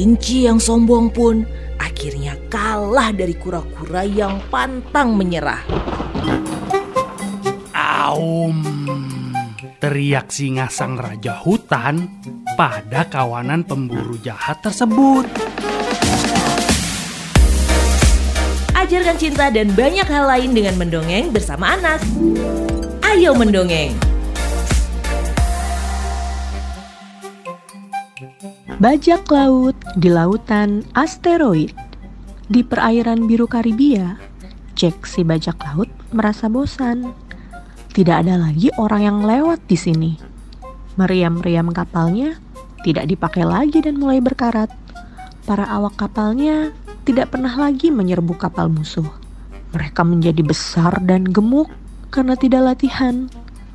Kelinci yang sombong pun akhirnya kalah dari kura-kura yang pantang menyerah. Aum, teriak singa sang raja hutan pada kawanan pemburu jahat tersebut. Ajarkan cinta dan banyak hal lain dengan mendongeng bersama anak. Ayo mendongeng. Bajak laut di lautan asteroid. Di perairan biru Karibia, Jack si bajak laut merasa bosan. Tidak ada lagi orang yang lewat di sini. Meriam-meriam kapalnya tidak dipakai lagi dan mulai berkarat. Para awak kapalnya tidak pernah lagi menyerbu kapal musuh. Mereka menjadi besar dan gemuk karena tidak latihan.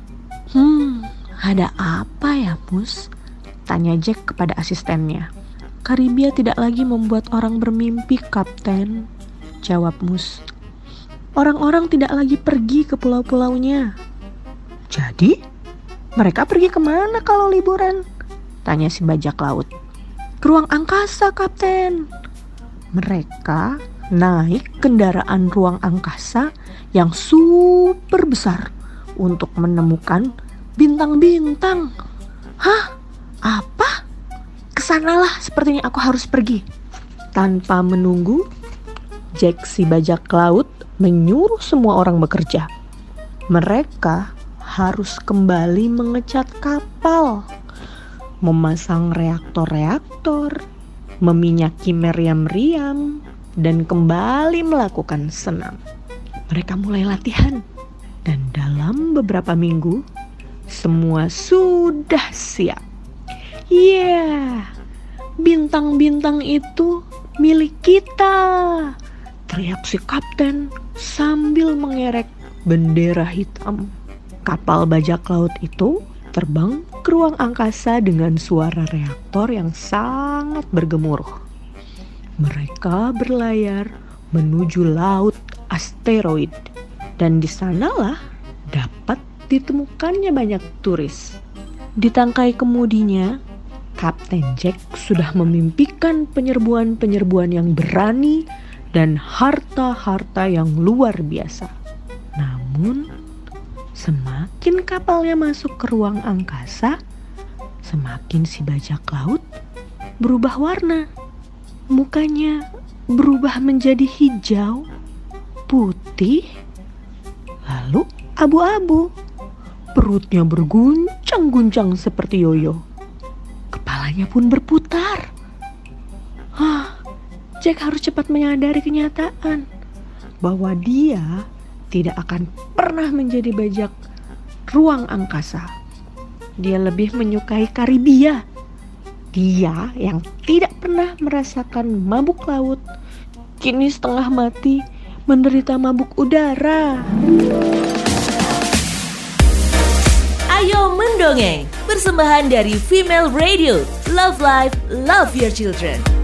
Ada apa ya, Mus? Tanya Jack kepada asistennya. Karibia tidak lagi membuat orang bermimpi, Kapten, jawab Mus. Orang-orang tidak lagi pergi ke pulau-pulaunya. Jadi, mereka pergi kemana kalau liburan? Tanya si bajak laut. Ke ruang angkasa, Kapten. Mereka naik kendaraan ruang angkasa yang super besar untuk menemukan bintang-bintang. Hah? Apa? Kesanalah sepertinya aku harus pergi. Tanpa menunggu, Jack si bajak laut menyuruh semua orang bekerja. Mereka harus kembali mengecat kapal, memasang reaktor-reaktor, meminyaki meriam-meriam, dan kembali melakukan senam. Mereka mulai latihan, dan dalam beberapa minggu, semua sudah siap. Bintang-bintang itu milik kita, teriak si kapten sambil mengerek bendera hitam. Kapal bajak laut itu terbang ke ruang angkasa dengan suara reaktor yang sangat bergemuruh. Mereka berlayar menuju laut asteroid, dan di sanalah dapat ditemukannya banyak turis. Di tangkai kemudinya, Kapten Jack sudah memimpikan penyerbuan-penyerbuan yang berani dan harta-harta yang luar biasa. Namun, semakin kapalnya masuk ke ruang angkasa, semakin si bajak laut berubah warna. Mukanya berubah menjadi hijau, putih, lalu abu-abu. Perutnya berguncang-guncang seperti yoyo. Kepalanya pun berputar. Jack harus cepat menyadari kenyataan bahwa dia tidak akan pernah menjadi bajak ruang angkasa. Dia lebih menyukai Karibia. Dia yang tidak pernah merasakan mabuk laut, kini setengah mati menderita mabuk udara. Ayo mendongeng, persembahan dari Female Radio. Love Life, Love Your Children.